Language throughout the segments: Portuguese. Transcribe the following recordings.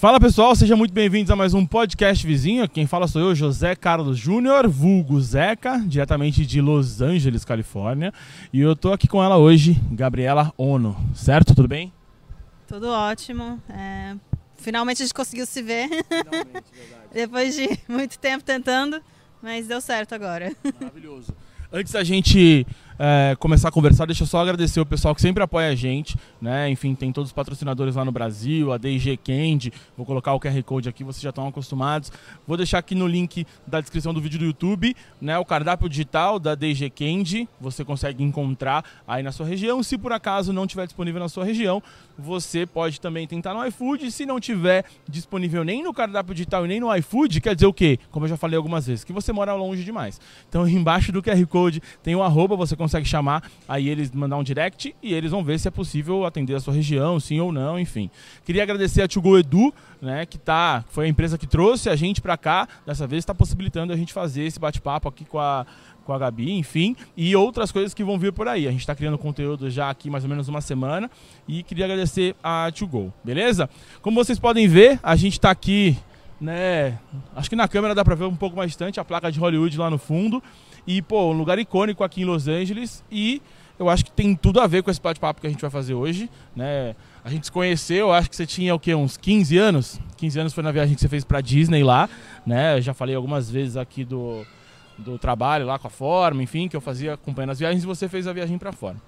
Fala pessoal, sejam muito bem-vindos a mais um podcast vizinho. Quem fala sou eu, José Carlos Júnior, vulgo Zeca, diretamente de Los Angeles, Califórnia. E eu tô aqui com ela hoje, Gabriela Ono, certo? Tudo bem? Tudo ótimo. Finalmente a gente conseguiu se ver. Finalmente, verdade. Depois de muito tempo tentando, mas deu certo agora. Maravilhoso. Antes da gente começar a conversar, deixa eu só agradecer o pessoal que sempre apoia a gente, né? Enfim, tem todos os patrocinadores lá no Brasil, a DG Candy, vou colocar o QR Code aqui, vocês já estão acostumados. Vou deixar aqui no link da descrição do vídeo do YouTube, né? O cardápio digital da DG Candy, você consegue encontrar aí na sua região. Se por acaso não estiver disponível na sua região, você pode também tentar no iFood. Se não tiver disponível nem no cardápio digital e nem no iFood, quer dizer o quê? Como eu já falei algumas vezes, que você mora longe demais. Então embaixo do QR Code tem um @, você consegue chamar, aí eles mandar um direct e eles vão ver se é possível atender a sua região, sim ou não, enfim. Queria agradecer a To Go Edu, né, foi a empresa que trouxe a gente pra cá, dessa vez está possibilitando a gente fazer esse bate-papo aqui com a Gabi, enfim, e outras coisas que vão vir por aí. A gente está criando conteúdo já aqui mais ou menos uma semana e queria agradecer a To Go, beleza? Como vocês podem ver, a gente está aqui, né, acho que na câmera dá pra ver um pouco mais distante, a placa de Hollywood lá no fundo. E, pô, um lugar icônico aqui em Los Angeles e eu acho que tem tudo a ver com esse bate-papo que a gente vai fazer hoje, né? A gente se conheceu, acho que você tinha o quê? Uns 15 anos? 15 anos foi na viagem que você fez pra Disney lá, né? Eu já falei algumas vezes aqui do trabalho lá com a Forma, enfim, que eu fazia acompanhando as viagens e você fez a viagem pra Forma.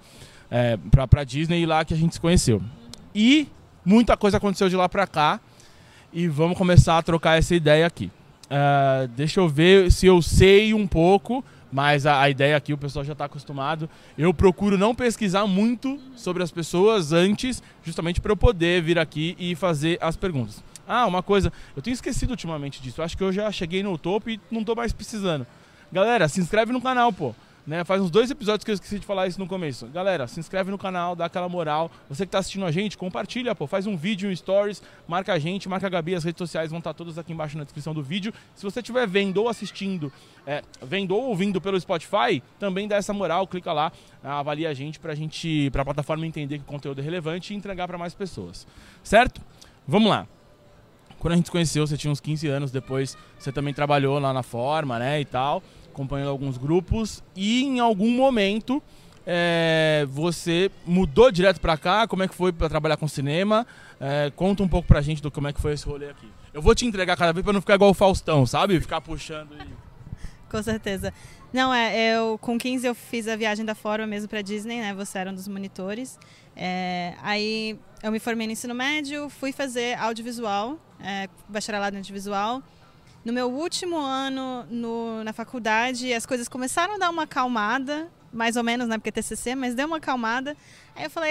Pra Disney e lá que a gente se conheceu. E muita coisa aconteceu de lá pra cá e vamos começar a trocar essa ideia aqui. Deixa eu ver se eu sei um pouco, mas a ideia aqui o pessoal já está acostumado. Eu procuro não pesquisar muito sobre as pessoas antes, justamente para eu poder vir aqui e fazer as perguntas. Uma coisa, eu tenho esquecido ultimamente disso, eu acho que eu já cheguei no topo e não estou mais precisando. Galera, se inscreve no canal, pô. Né, faz uns 2 episódios que eu esqueci de falar isso no começo. Galera, se inscreve no canal, dá aquela moral. Você que tá assistindo a gente, compartilha, pô. Faz um vídeo, um stories, marca a gente, marca a Gabi. As redes sociais vão estar todas aqui embaixo na descrição do vídeo. Se você estiver vendo ou assistindo, vendo ou ouvindo pelo Spotify, também dá essa moral, clica lá, avalia a gente pra plataforma entender que o conteúdo é relevante e entregar para mais pessoas. Certo? Vamos lá. Quando a gente se conheceu, você tinha uns 15 anos, depois você também trabalhou lá na Forma, né, e tal, acompanhando alguns grupos, e em algum momento você mudou direto pra cá. Como é que foi pra trabalhar com cinema? Conta um pouco pra gente do como é que foi esse rolê aqui. Eu vou te entregar cada vez pra não ficar igual o Faustão, sabe? Ficar puxando e... Com certeza. Não, eu com 15 eu fiz a viagem da Forma mesmo pra Disney, né? Você era um dos monitores. Aí eu me formei no ensino médio, fui fazer audiovisual, bacharelado em audiovisual. No meu último ano na faculdade, as coisas começaram a dar uma acalmada, mais ou menos, né, porque é TCC, mas deu uma acalmada. Aí eu falei,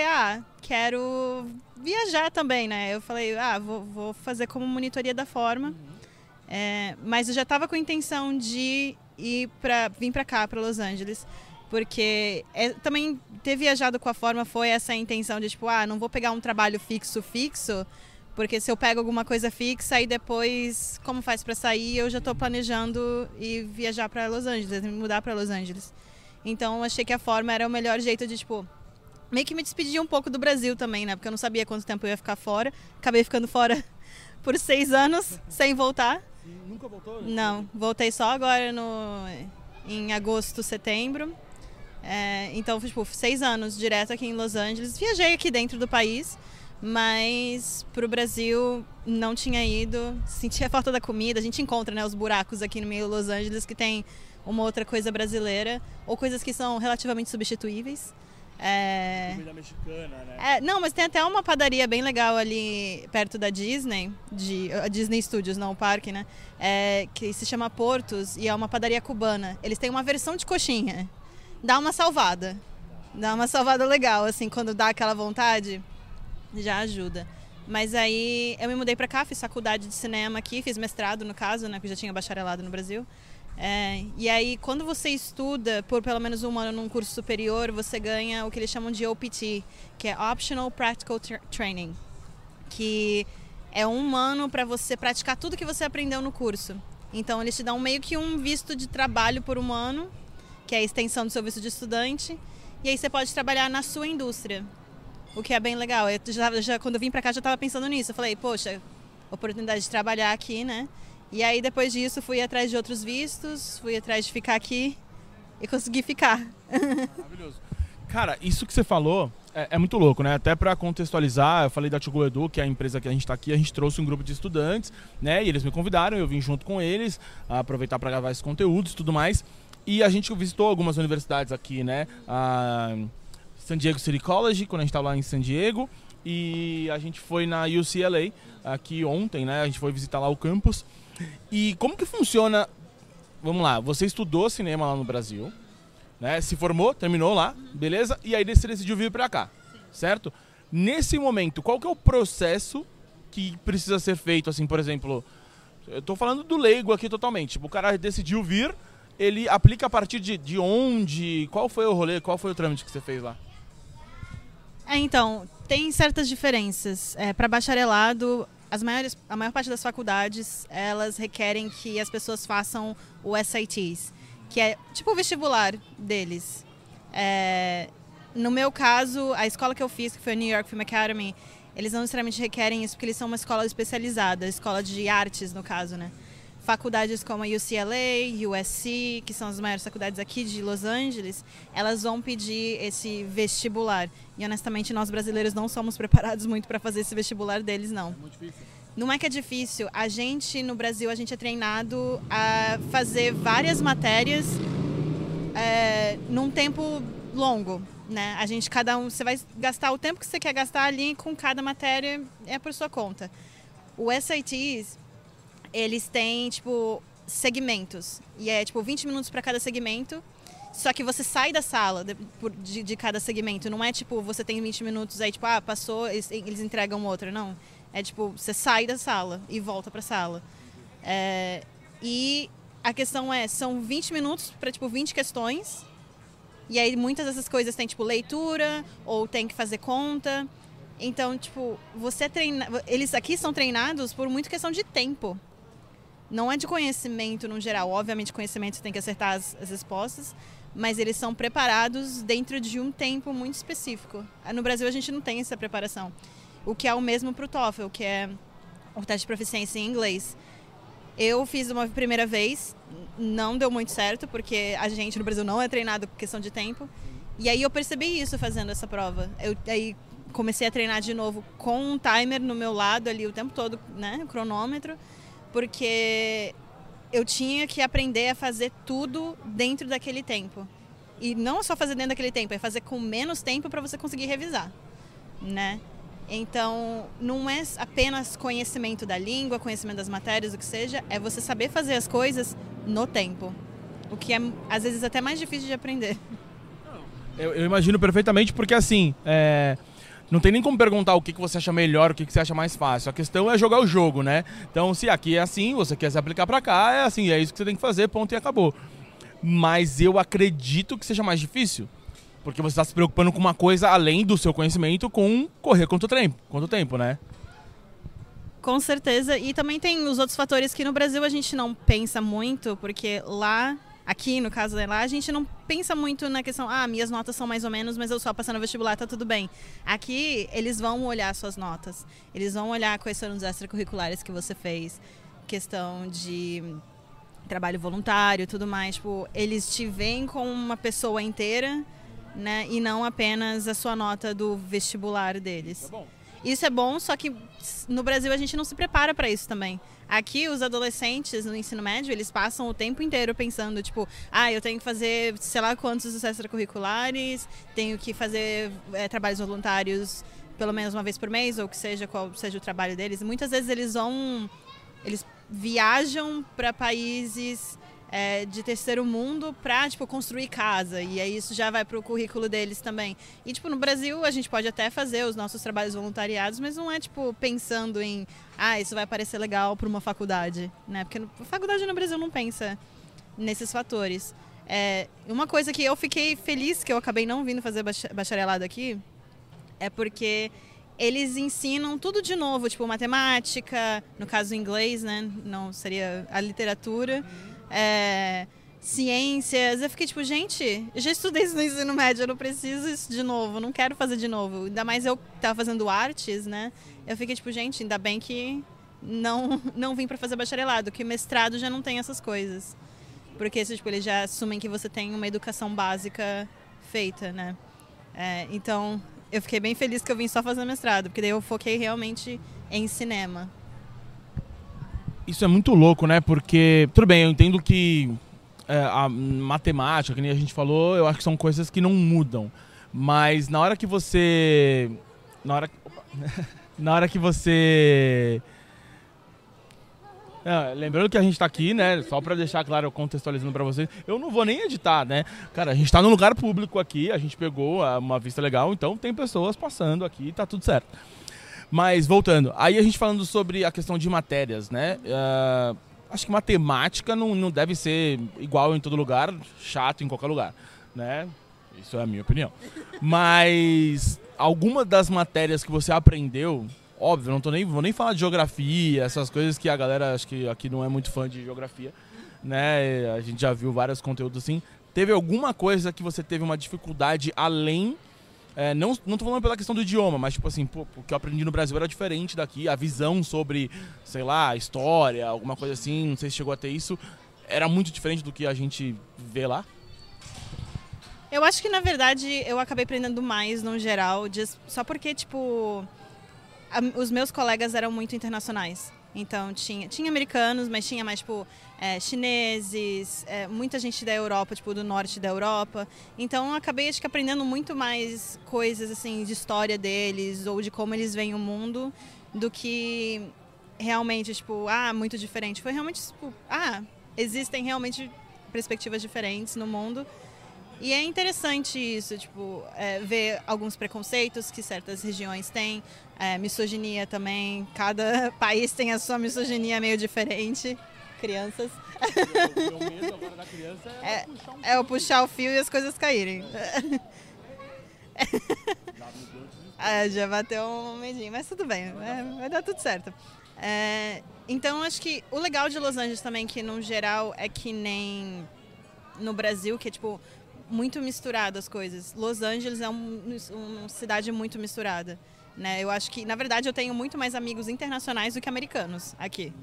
quero viajar também, né? Eu falei, vou fazer como monitoria da Forma. Mas eu já estava com a intenção de vir para cá, para Los Angeles, porque também ter viajado com a Forma foi essa intenção de, tipo, não vou pegar um trabalho fixo, porque se eu pego alguma coisa fixa e depois, como faz para sair, eu já estou planejando e viajar para Los Angeles, me mudar para Los Angeles. Então eu achei que a Forma era o melhor jeito de, tipo, meio que me despedir um pouco do Brasil também, né? Porque eu não sabia quanto tempo eu ia ficar fora. Acabei ficando fora por 6 anos, sem voltar. E nunca voltou? Não, voltei só agora em agosto, setembro. Então, tipo, 6 anos direto aqui em Los Angeles. Viajei aqui dentro do país, mas pro Brasil não tinha ido. Sentia falta da comida. A gente encontra, né, os buracos aqui no meio de Los Angeles que tem uma outra coisa brasileira, ou coisas que são relativamente substituíveis. Comida mexicana, né? Não, mas tem até uma padaria bem legal ali perto da Disney, a Disney Studios, não o parque, né? Que se chama Portos e é uma padaria cubana. Eles têm uma versão de coxinha. Dá uma salvada legal, assim, quando dá aquela vontade, já ajuda. Mas aí eu me mudei pra cá, fiz faculdade de cinema aqui, fiz mestrado no caso, né, que eu já tinha bacharelado no Brasil. E aí quando você estuda por pelo menos 1 ano num curso superior, você ganha o que eles chamam de OPT, que é Optional Practical Training, que é 1 ano para você praticar tudo que você aprendeu no curso. Então eles te dão meio que um visto de trabalho por 1 ano, que é a extensão do seu visto de estudante, e aí você pode trabalhar na sua indústria, o que é bem legal. Quando eu vim pra cá já estava pensando nisso, eu falei, poxa, oportunidade de trabalhar aqui, né? E aí depois disso fui atrás de outros vistos, fui atrás de ficar aqui e consegui ficar. Maravilhoso. Cara, isso que você falou é muito louco, né? Até para contextualizar, eu falei da Too Go Edu, que é a empresa que a gente está aqui, a gente trouxe um grupo de estudantes, né? E eles me convidaram, eu vim junto com eles, aproveitar para gravar esses conteúdos e tudo mais. E a gente visitou algumas universidades aqui, né? San Diego City College, quando a gente estava lá em San Diego, e a gente foi na UCLA, aqui ontem, né? A gente foi visitar lá o campus. E como que funciona? Vamos lá, você estudou cinema lá no Brasil, né? Se formou, terminou lá, beleza? E aí você decidiu vir pra cá, certo? Nesse momento, qual que é o processo que precisa ser feito, assim, por exemplo, eu tô falando do leigo aqui totalmente, tipo, o cara decidiu vir, ele aplica a partir de onde? Qual foi o rolê, qual foi o trâmite que você fez lá? Então, tem certas diferenças. Para bacharelado, a maior parte das faculdades, elas requerem que as pessoas façam o SATs, que é tipo o vestibular deles. No meu caso, a escola que eu fiz, que foi a New York Film Academy, eles não necessariamente requerem isso porque eles são uma escola especializada, escola de artes, no caso, né? Faculdades como a UCLA, USC, que são as maiores faculdades aqui de Los Angeles, elas vão pedir esse vestibular. E honestamente, nós brasileiros não somos preparados muito para fazer esse vestibular deles, não. É muito difícil. Não é que é difícil. A gente, no Brasil, a gente é treinado a fazer várias matérias num tempo longo, né? Você vai gastar o tempo que você quer gastar ali com cada matéria, é por sua conta. O SATs, eles têm, tipo, segmentos. E é, tipo, 20 minutos para cada segmento. Só que você sai da sala de cada segmento. Não é, tipo, você tem 20 minutos, aí, tipo, passou, eles entregam outra. Não. É, tipo, você sai da sala e volta para a sala. E a questão são 20 minutos para, tipo, 20 questões. E aí, muitas dessas coisas tem, tipo, leitura ou tem que fazer conta. Então, tipo, eles aqui são treinados por muita questão de tempo. Não é de conhecimento no geral. Obviamente, conhecimento você tem que acertar as respostas, mas eles são preparados dentro de um tempo muito específico. No Brasil, a gente não tem essa preparação. O que é o mesmo para o TOEFL, que é o teste de proficiência em inglês. Eu fiz uma primeira vez, não deu muito certo, porque a gente no Brasil não é treinado por questão de tempo. E aí eu percebi isso fazendo essa prova. Aí comecei a treinar de novo com um timer no meu lado ali o tempo todo, né, o cronômetro, porque eu tinha que aprender a fazer tudo dentro daquele tempo. E não só fazer dentro daquele tempo, é fazer com menos tempo para você conseguir revisar, né? Então, não é apenas conhecimento da língua, conhecimento das matérias, o que seja, é você saber fazer as coisas no tempo. O que é, às vezes, até mais difícil de aprender. Eu imagino perfeitamente, porque assim, não tem nem como perguntar o que você acha melhor, o que você acha mais fácil. A questão é jogar o jogo, né? Então, se aqui é assim, você quer se aplicar pra cá, é assim, é isso que você tem que fazer, ponto e acabou. Mas eu acredito que seja mais difícil, porque você está se preocupando com uma coisa além do seu conhecimento, com correr quanto tempo, né? Com certeza. E também tem os outros fatores que no Brasil a gente não pensa muito, porque lá, aqui no caso de lá, a gente não pensa muito na questão, minhas notas são mais ou menos, mas eu só passando no vestibular, tá tudo bem. Aqui, eles vão olhar suas notas. Eles vão olhar quais foram os extracurriculares que você fez, questão de trabalho voluntário, tudo mais. Tipo, eles te veem como uma pessoa inteira, né, e não apenas a sua nota do vestibular deles. Isso é bom, só que no Brasil a gente não se prepara para isso também. Aqui, os adolescentes no ensino médio, eles passam o tempo inteiro pensando, tipo, eu tenho que fazer sei lá quantos extracurriculares, tenho que fazer trabalhos voluntários pelo menos uma vez por mês, ou que seja, qual seja o trabalho deles. Muitas vezes eles viajam para países de terceiro mundo para, tipo, construir casa, e aí isso já vai para o currículo deles também. E, tipo, no Brasil a gente pode até fazer os nossos trabalhos voluntariados, mas não é, tipo, pensando em, isso vai parecer legal para uma faculdade, né? Porque a faculdade no Brasil não pensa nesses fatores. Uma coisa que eu fiquei feliz que eu acabei não vindo fazer bacharelado aqui é porque eles ensinam tudo de novo, tipo, matemática, no caso inglês, né? Não seria a literatura. Ciências. Eu fiquei tipo, gente, eu já estudei isso no ensino médio, eu não preciso isso de novo, não quero fazer de novo. Ainda mais eu que tava fazendo artes, né? Eu fiquei tipo, gente, ainda bem que não vim para fazer bacharelado, que mestrado já não tem essas coisas. Porque tipo, eles já assumem que você tem uma educação básica feita, né? Então, eu fiquei bem feliz que eu vim só fazer mestrado, porque daí eu foquei realmente em cinema. Isso é muito louco, né? Porque, tudo bem, eu entendo que a matemática, que nem a gente falou, eu acho que são coisas que não mudam. Mas na hora que você... Na hora que você... lembrando que a gente tá aqui, né? Só pra deixar claro, contextualizando pra vocês, eu não vou nem editar, né? Cara, a gente tá num lugar público aqui, a gente pegou uma vista legal, então tem pessoas passando aqui, tá tudo certo. Mas voltando, aí a gente falando sobre a questão de matérias, né? Acho que matemática não deve ser igual em todo lugar, chato em qualquer lugar, né? Isso é a minha opinião. Mas alguma das matérias que você aprendeu, óbvio, vou nem falar de geografia, essas coisas que a galera, acho que aqui não é muito fã de geografia, né? A gente já viu vários conteúdos assim. Teve alguma coisa que você teve uma dificuldade além... não tô falando pela questão do idioma, mas tipo assim, o que eu aprendi no Brasil era diferente daqui, a visão sobre, sei lá, história, alguma coisa assim, não sei se chegou a ter isso, era muito diferente do que a gente vê lá? Eu acho que, na verdade, eu acabei aprendendo mais no geral, só porque, tipo, os meus colegas eram muito internacionais. Então, tinha americanos, mas tinha mais, tipo, chineses, muita gente da Europa, tipo, do norte da Europa. Então, eu acabei, acho que, aprendendo muito mais coisas, assim, de história deles ou de como eles veem o mundo do que realmente, tipo, muito diferente. Foi realmente, tipo, existem realmente perspectivas diferentes no mundo. E é interessante isso, tipo, ver alguns preconceitos que certas regiões têm, misoginia também, cada país tem a sua misoginia meio diferente. Crianças. O meu medo agora da criança é o puxar o fio e as coisas caírem. Já bateu um medinho, mas tudo bem, vai dar tudo certo. Então, acho que o legal de Los Angeles também, que no geral é que nem no Brasil, que é tipo... muito misturado as coisas. Los Angeles é uma cidade muito misturada, né? Eu acho que, na verdade, eu tenho muito mais amigos internacionais do que americanos aqui.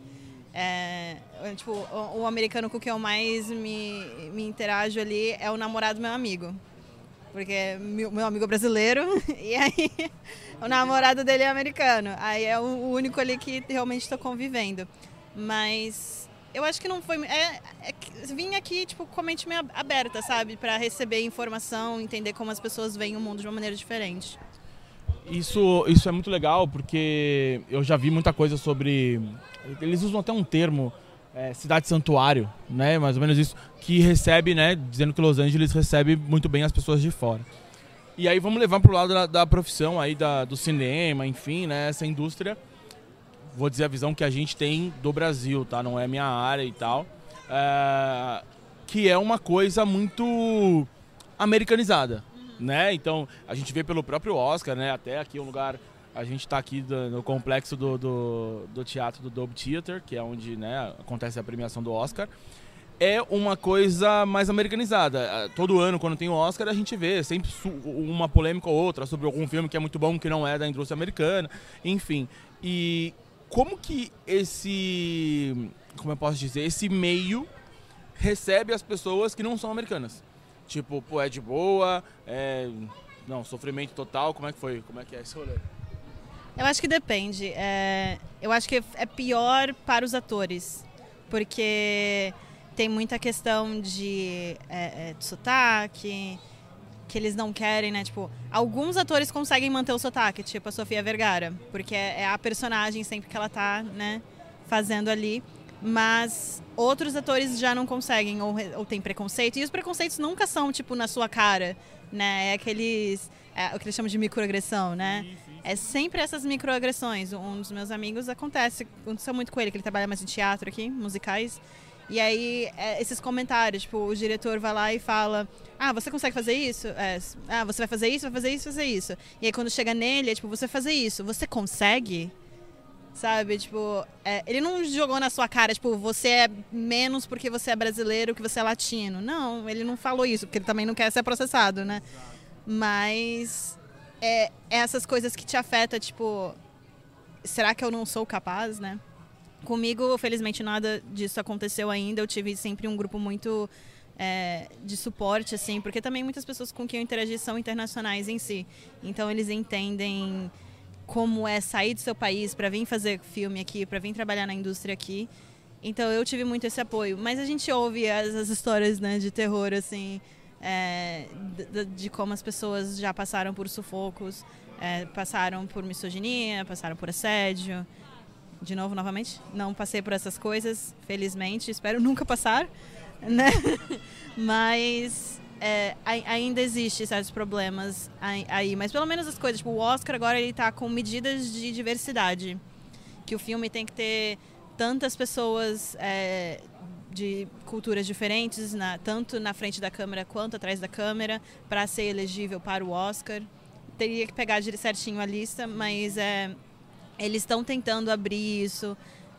Tipo, o americano com quem eu mais me interajo ali é o namorado do meu amigo. Porque meu amigo é brasileiro e aí o namorado dele é americano. Aí é o único ali que realmente estou convivendo. Mas... eu acho que não foi... vim aqui, tipo, com a mente meio aberta, sabe? Pra receber informação, entender como as pessoas veem o mundo de uma maneira diferente. Isso é muito legal, porque eu já vi muita coisa sobre... eles usam até um termo, cidade santuário, né? Mais ou menos isso, que recebe, né? Dizendo que Los Angeles recebe muito bem as pessoas de fora. E aí vamos levar pro lado da profissão aí, do cinema, enfim, né? Essa indústria... vou dizer a visão que a gente tem do Brasil, tá? Não é minha área e tal. Que é uma coisa muito americanizada, né? Então, a gente vê pelo próprio Oscar, né? Até aqui um lugar... a gente tá aqui no complexo do teatro do Dolby Theater, que é onde, né, acontece a premiação do Oscar. É uma coisa mais americanizada. Todo ano, quando tem o Oscar, a gente vê sempre uma polêmica ou outra sobre algum filme que é muito bom, que não é da indústria americana. Enfim, e... como que como eu posso dizer, esse meio recebe as pessoas que não são americanas? Tipo, pô, é de boa, não, sofrimento total, como é que foi? Como é que é esse rolê? Eu acho que depende. Eu acho que é pior para os atores, porque tem muita questão de sotaque, que eles não querem, né? Tipo, alguns atores conseguem manter o sotaque, tipo a Sofia Vergara, porque é a personagem sempre que ela tá, né, fazendo ali. Mas outros atores já não conseguem, ou tem preconceito. E os preconceitos nunca são, tipo, na sua cara, né? O que eles chamam de microagressão, né? É sempre essas microagressões. Um dos meus amigos aconteceu muito com ele, que ele trabalha mais em teatro aqui, musicais. E aí, esses comentários, tipo, o diretor vai lá e fala: você consegue fazer isso? Você vai fazer isso, vai fazer isso, vai fazer isso. E aí, quando chega nele, é tipo, você vai fazer isso, você consegue? Sabe, tipo, ele não jogou na sua cara, tipo, você é menos porque você é brasileiro que você é latino. Não, ele não falou isso, porque ele também não quer ser processado, né? Mas essas coisas que te afetam, tipo, será que eu não sou capaz, né? Comigo, felizmente, nada disso aconteceu ainda. Eu tive sempre um grupo muito de suporte, assim, porque também muitas pessoas com quem eu interagi são internacionais em si. Então, eles entendem como é sair do seu país para vir fazer filme aqui, para vir trabalhar na indústria aqui. Então, eu tive muito esse apoio. Mas a gente ouve as histórias, né, de terror, assim, de como as pessoas já passaram por sufocos, passaram por misoginia, passaram por assédio. De novo, novamente, não passei por essas coisas, felizmente, espero nunca passar, né? Mas ainda existem certos problemas aí, mas pelo menos as coisas, tipo, o Oscar agora ele tá com medidas de diversidade, que o filme tem que ter tantas pessoas de culturas diferentes, tanto na frente da câmera quanto atrás da câmera, para ser elegível para o Oscar. Teria que pegar certinho a lista, mas eles estão tentando abrir isso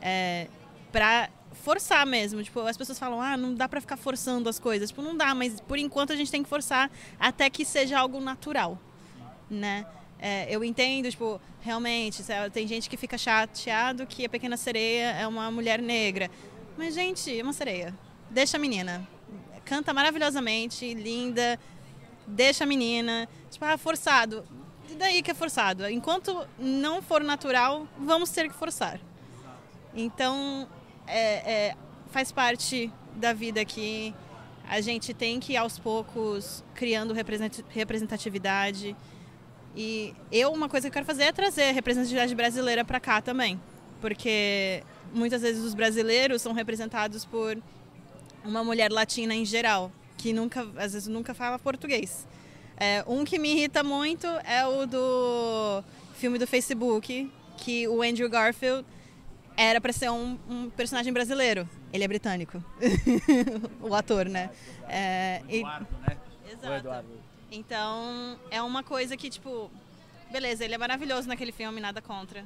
para forçar mesmo. Tipo, as pessoas falam, não dá para ficar forçando as coisas. Tipo, não dá, mas por enquanto a gente tem que forçar até que seja algo natural, né? Eu entendo, tipo, realmente, tem gente que fica chateado que a Pequena Sereia é uma mulher negra. Mas, gente, é uma sereia. Deixa a menina. Canta maravilhosamente, linda. Deixa a menina. Tipo, forçado. E daí que é forçado? Enquanto não for natural, vamos ter que forçar. Então, faz parte da vida aqui. A gente tem que ir aos poucos criando representatividade. E uma coisa que eu quero fazer é trazer a representatividade brasileira para cá também. Porque muitas vezes os brasileiros são representados por uma mulher latina em geral, que às vezes nunca fala português. Um que me irrita muito é o do filme do Facebook, que o Andrew Garfield era para ser um personagem brasileiro. Ele é britânico, o ator, né? Eduardo, né? Exato. Eduardo. Então, é uma coisa que, tipo, beleza, ele é maravilhoso naquele filme, nada contra.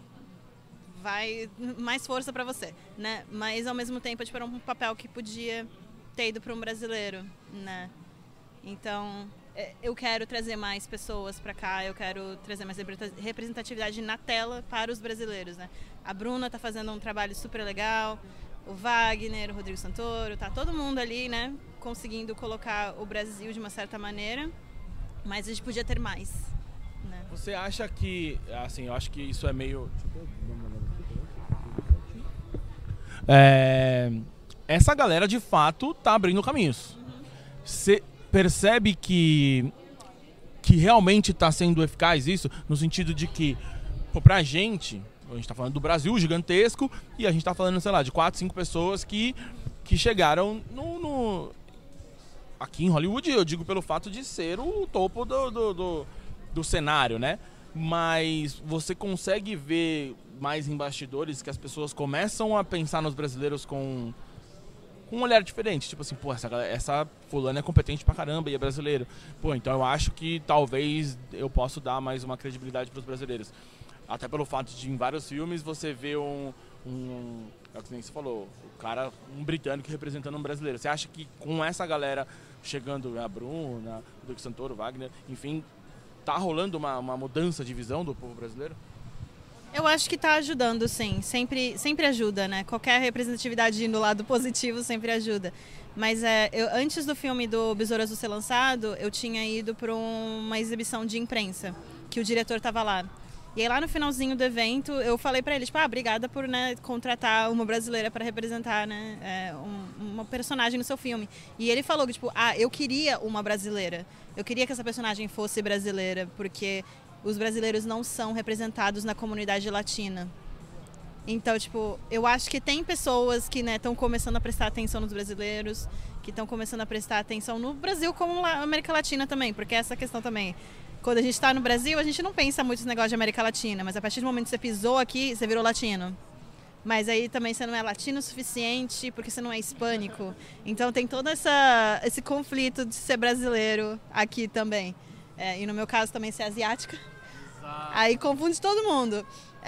Vai, mais força pra você, né? Mas, ao mesmo tempo, tipo, era um papel que podia ter ido para um brasileiro, né? Então, eu quero trazer mais pessoas pra cá, eu quero trazer mais representatividade na tela para os brasileiros, né? A Bruna tá fazendo um trabalho super legal, o Wagner, o Rodrigo Santoro, tá todo mundo ali, né? Conseguindo colocar o Brasil de uma certa maneira, mas a gente podia ter mais, né? Você acha que, assim, eu acho que isso é meio... essa galera, de fato, tá abrindo caminhos. Você percebe que realmente tá sendo eficaz isso, no sentido de que, pra gente, a gente tá falando do Brasil gigantesco, e a gente tá falando, sei lá, de 4, 5 pessoas que chegaram aqui em Hollywood, eu digo pelo fato de ser o topo do cenário, né? Mas você consegue ver mais em bastidores que as pessoas começam a pensar nos brasileiros com um olhar diferente. Tipo assim, pô, essa fulana é competente pra caramba e é brasileiro. Pô, então eu acho que talvez eu possa dar mais uma credibilidade pros brasileiros. Até pelo fato de, em vários filmes, você vê é o que nem você falou, um britânico representando um brasileiro. Você acha que com essa galera chegando, a Bruna, o Rodrigo Santoro, o Wagner, enfim, tá rolando uma mudança de visão do povo brasileiro? Eu acho que tá ajudando, sim. Sempre ajuda, né? Qualquer representatividade no lado positivo sempre ajuda. Mas antes do filme do Besouro Azul ser lançado, eu tinha ido para uma exibição de imprensa, que o diretor tava lá. E aí lá no finalzinho do evento, eu falei pra ele, tipo, obrigada por, né, contratar uma brasileira para representar, né, uma personagem no seu filme. E ele falou que, tipo, eu queria uma brasileira. Eu queria que essa personagem fosse brasileira, porque os brasileiros não são representados na comunidade latina. Então, tipo, eu acho que tem pessoas que, né, estão começando a prestar atenção nos brasileiros, que estão começando a prestar atenção no Brasil como na América Latina também, porque essa questão também... Quando a gente está no Brasil, a gente não pensa muito nesse negócio de América Latina, mas a partir do momento que você pisou aqui, você virou latino. Mas aí também você não é latino o suficiente porque você não é hispânico. Então tem todo esse conflito de ser brasileiro aqui também. E no meu caso também ser asiática. Exato. Aí confunde todo mundo.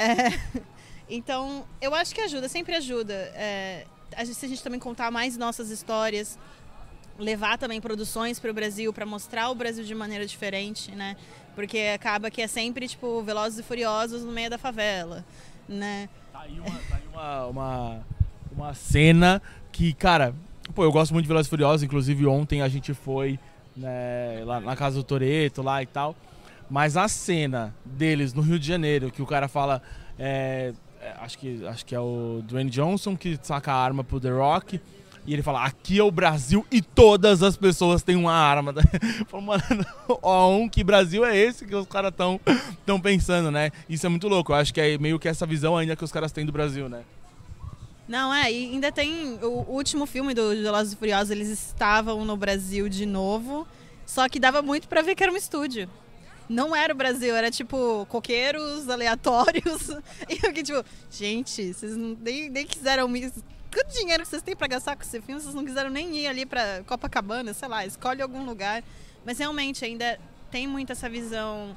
Então eu acho que ajuda, sempre ajuda. Se a gente também contar mais nossas histórias, levar também produções para o Brasil, para mostrar o Brasil de maneira diferente, né? Porque acaba que é sempre, tipo, Velozes e Furiosos no meio da favela, né? Tá aí uma cena que, cara, pô, eu gosto muito de Velozes e Furiosos, inclusive ontem a gente foi, né, lá na casa do Toretto lá e tal, mas a cena deles no Rio de Janeiro, que o cara fala, acho que é o Dwayne Johnson que saca a arma pro The Rock, e ele fala, aqui é o Brasil e todas as pessoas têm uma arma. Eu falo, mano, que Brasil é esse que os caras tão pensando, né? Isso é muito louco, eu acho que é meio que essa visão ainda que os caras têm do Brasil, né? Não, e ainda tem o último filme do Velozes e Furiosos, eles estavam no Brasil de novo, só que dava muito pra ver que era um estúdio. Não era o Brasil, era tipo coqueiros aleatórios. E eu fiquei tipo, gente, vocês nem quiseram me... Quanto dinheiro que vocês têm pra gastar com esse filme, vocês não quiseram nem ir ali pra Copacabana, sei lá, escolhe algum lugar. Mas realmente ainda tem muito essa visão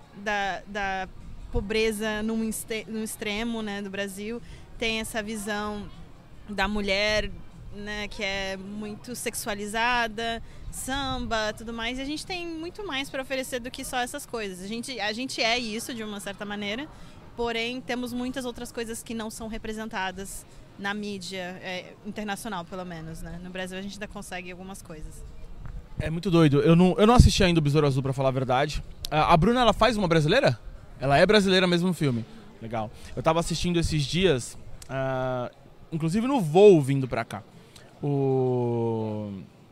da pobreza no extremo, né, do Brasil. Tem essa visão da mulher, né, que é muito sexualizada, samba, tudo mais. E a gente tem muito mais para oferecer do que só essas coisas. A gente é isso de uma certa maneira, porém temos muitas outras coisas que não são representadas na mídia internacional, pelo menos, né? No Brasil a gente ainda consegue algumas coisas. É muito doido. Eu não assisti ainda o Besouro Azul, pra falar a verdade. A Bruna, ela faz uma brasileira? Ela é brasileira mesmo no filme. Legal. Eu tava assistindo esses dias, inclusive no voo vindo pra cá, o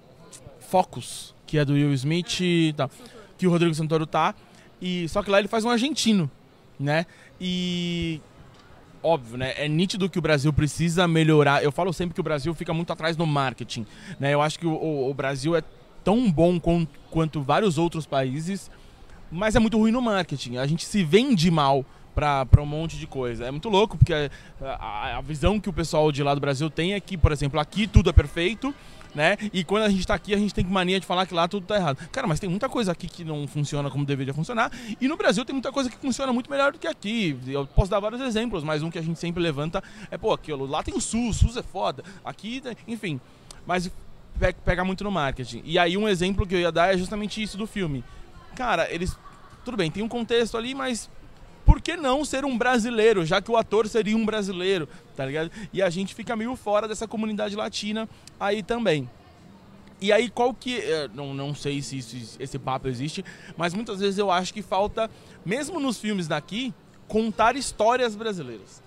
Focus, que é do Will Smith e tal, que o Rodrigo Santoro tá, e só que lá ele faz um argentino, né? E óbvio, né? É nítido que o Brasil precisa melhorar. Eu falo sempre que o Brasil fica muito atrás no marketing, né? Eu acho que o Brasil é tão bom quanto vários outros países, mas é muito ruim no marketing. A gente se vende mal pra um monte de coisa. É muito louco, porque a visão que o pessoal de lá do Brasil tem é que, por exemplo, aqui tudo é perfeito, né? E quando a gente tá aqui, a gente tem mania de falar que lá tudo tá errado. Cara, mas tem muita coisa aqui que não funciona como deveria funcionar. E no Brasil tem muita coisa que funciona muito melhor do que aqui. Eu posso dar vários exemplos, mas um que a gente sempre levanta é, pô, aquilo lá tem o SUS é foda. Aqui, enfim. Mas pega muito no marketing. E aí um exemplo que eu ia dar é justamente isso do filme. Cara, eles... Tudo bem, tem um contexto ali, mas... Por que não ser um brasileiro, já que o ator seria um brasileiro, tá ligado? E a gente fica meio fora dessa comunidade latina aí também. E aí qual que... Não sei se esse papo existe, mas muitas vezes eu acho que falta, mesmo nos filmes daqui, contar histórias brasileiras.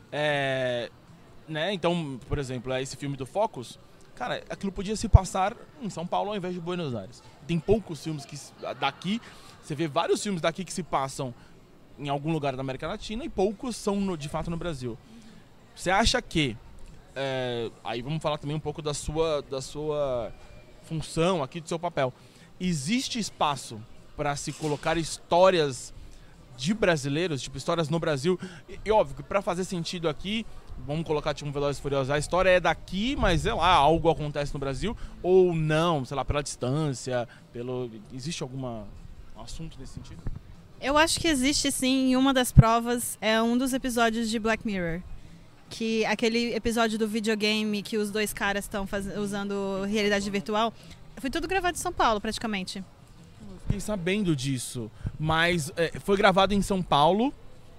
Né? Então, por exemplo, esse filme do Focus, cara, aquilo podia se passar em São Paulo ao invés de Buenos Aires. Tem poucos filmes daqui, você vê vários filmes daqui que se passam em algum lugar da América Latina e poucos são de fato no Brasil. Você acha que... aí vamos falar também um pouco da sua função aqui, do seu papel. Existe espaço para se colocar histórias de brasileiros, tipo histórias no Brasil? E óbvio que para fazer sentido aqui, vamos colocar tipo um Velozes e Furiosos, a história é daqui, mas sei lá, algo acontece no Brasil, ou não, sei lá, pela distância, existe algum assunto nesse sentido? Eu acho que existe sim, e uma das provas é um dos episódios de Black Mirror. Que aquele episódio do videogame que os dois caras estão usando realidade virtual, foi tudo gravado em São Paulo, praticamente. Eu fiquei sabendo disso, mas foi gravado em São Paulo.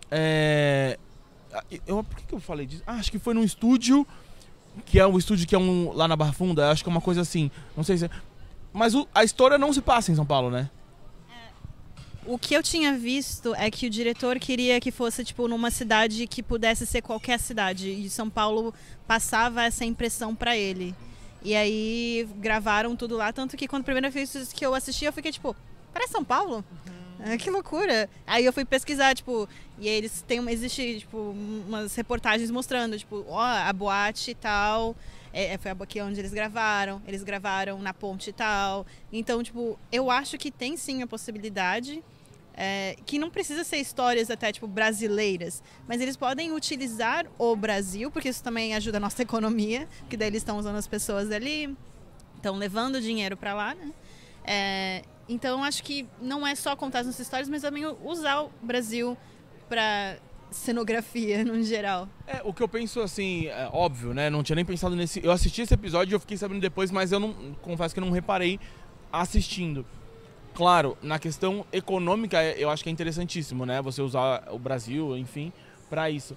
Por que eu falei disso? Acho que foi num estúdio, que é um estúdio que é lá na Barra Funda, acho que é uma coisa assim, não sei se... Mas a história não se passa em São Paulo, né? O que eu tinha visto é que o diretor queria que fosse tipo numa cidade que pudesse ser qualquer cidade. E São Paulo passava essa impressão pra ele. E aí gravaram tudo lá, tanto que quando a primeira vez que eu assisti, eu fiquei tipo, parece São Paulo? Que loucura! Aí eu fui pesquisar, tipo, e aí existe tipo umas reportagens mostrando, tipo, ó, a boate e tal. Foi aqui onde eles gravaram na ponte e tal. Então, tipo, eu acho que tem sim a possibilidade, que não precisa ser histórias até, tipo, brasileiras, mas eles podem utilizar o Brasil, porque isso também ajuda a nossa economia, porque daí eles estão usando as pessoas ali, estão levando dinheiro pra lá, né? Então, eu acho que não é só contar as nossas histórias, mas também usar o Brasil pra cenografia, no geral. O que eu penso, assim, óbvio, né? Não tinha nem pensado nesse... Eu assisti esse episódio e eu fiquei sabendo depois, mas eu confesso que eu não reparei assistindo. Claro, na questão econômica, eu acho que é interessantíssimo, né? Você usar o Brasil, enfim, pra isso.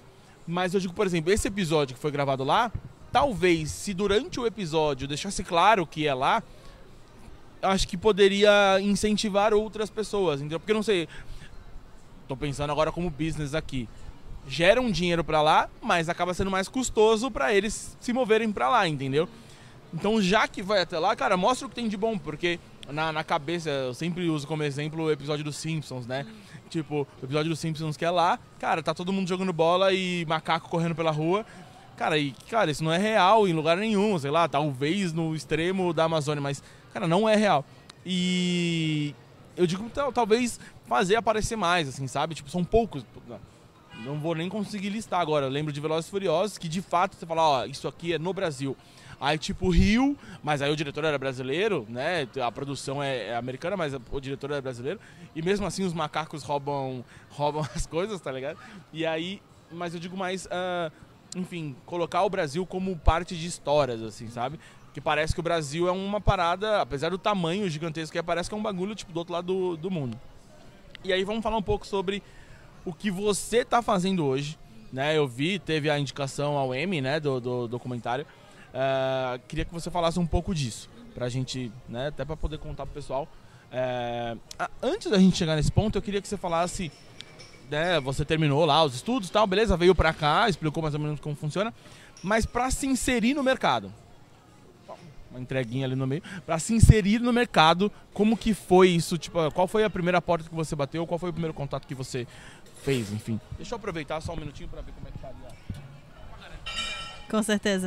Mas eu digo, por exemplo, esse episódio que foi gravado lá, talvez se durante o episódio deixasse claro que é lá, acho que poderia incentivar outras pessoas, entendeu? Porque eu não sei, tô pensando agora como business aqui. Gera um dinheiro pra lá, mas acaba sendo mais custoso pra eles se moverem pra lá, entendeu? Então, já que vai até lá, cara, mostra o que tem de bom, porque na cabeça, eu sempre uso como exemplo o episódio dos Simpsons, né? Tipo, o episódio dos Simpsons que é lá, cara, tá todo mundo jogando bola e macaco correndo pela rua. Cara, isso não é real em lugar nenhum, sei lá, talvez no extremo da Amazônia, mas, cara, não é real. E eu digo, talvez fazer aparecer mais, assim, sabe? Tipo, são poucos. Não vou nem conseguir listar agora. Eu lembro de Velozes e Furiosos, que de fato você fala, ó, isso aqui é no Brasil. Aí tipo Rio, mas aí o diretor era brasileiro, né? A produção é americana, mas o diretor era brasileiro. E mesmo assim os macacos roubam as coisas, tá ligado? E aí, mas eu digo mais, enfim, colocar o Brasil como parte de histórias, assim, sabe? Que parece que o Brasil é uma parada, apesar do tamanho gigantesco que é, parece que é um bagulho tipo do outro lado do mundo. E aí vamos falar um pouco sobre o que você tá fazendo hoje, né? Eu vi, teve a indicação ao Emmy, né, do documentário. Queria que você falasse um pouco disso, pra gente, né, até pra poder contar pro pessoal. Antes da gente chegar nesse ponto, eu queria que você falasse, né, você terminou lá os estudos e tal, beleza, veio pra cá, explicou mais ou menos como funciona, mas pra se inserir no mercado, uma entreguinha ali no meio, pra se inserir no mercado, como que foi isso, tipo, qual foi a primeira porta que você bateu, qual foi o primeiro contato que você fez, enfim. Deixa eu aproveitar só um minutinho pra ver como é que tá ali. Com certeza.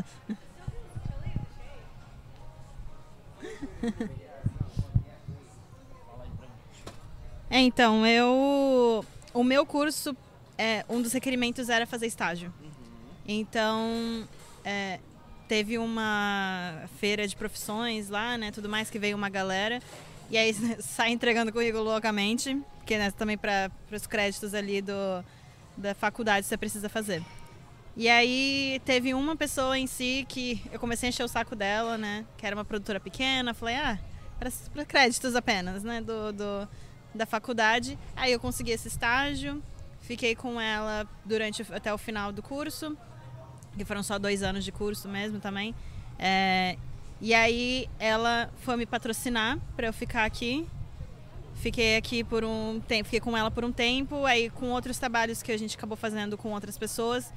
Então, o meu curso, um dos requerimentos era fazer estágio. Então, teve uma feira de profissões lá, né, tudo mais, que veio uma galera. E aí sai entregando currículo loucamente, porque né, também para os créditos ali da faculdade você precisa fazer. E aí teve uma pessoa em si que eu comecei a encher o saco dela, né? Que era uma produtora pequena, falei, para créditos apenas, né? Da faculdade. Aí eu consegui esse estágio, fiquei com ela até o final do curso, que foram só 2 anos de curso mesmo também. E aí ela foi me patrocinar para eu ficar aqui. Fiquei aqui por um tempo, fiquei com ela por um tempo, aí com outros trabalhos que a gente acabou fazendo com outras pessoas.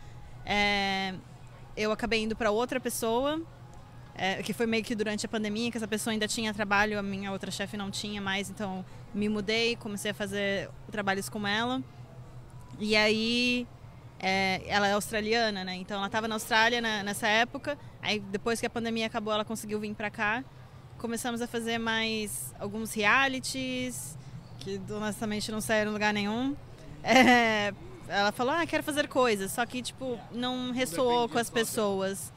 Eu acabei indo para outra pessoa, que foi meio que durante a pandemia, que essa pessoa ainda tinha trabalho, a minha outra chefe não tinha mais, então me mudei, comecei a fazer trabalhos com ela. E aí, ela é australiana, né? Então ela estava na Austrália nessa época, aí depois que a pandemia acabou ela conseguiu vir para cá. Começamos a fazer mais alguns realities, que honestamente não saíram em lugar nenhum. Ela falou, quero fazer coisas, só que, tipo, não ressoou com as pessoas.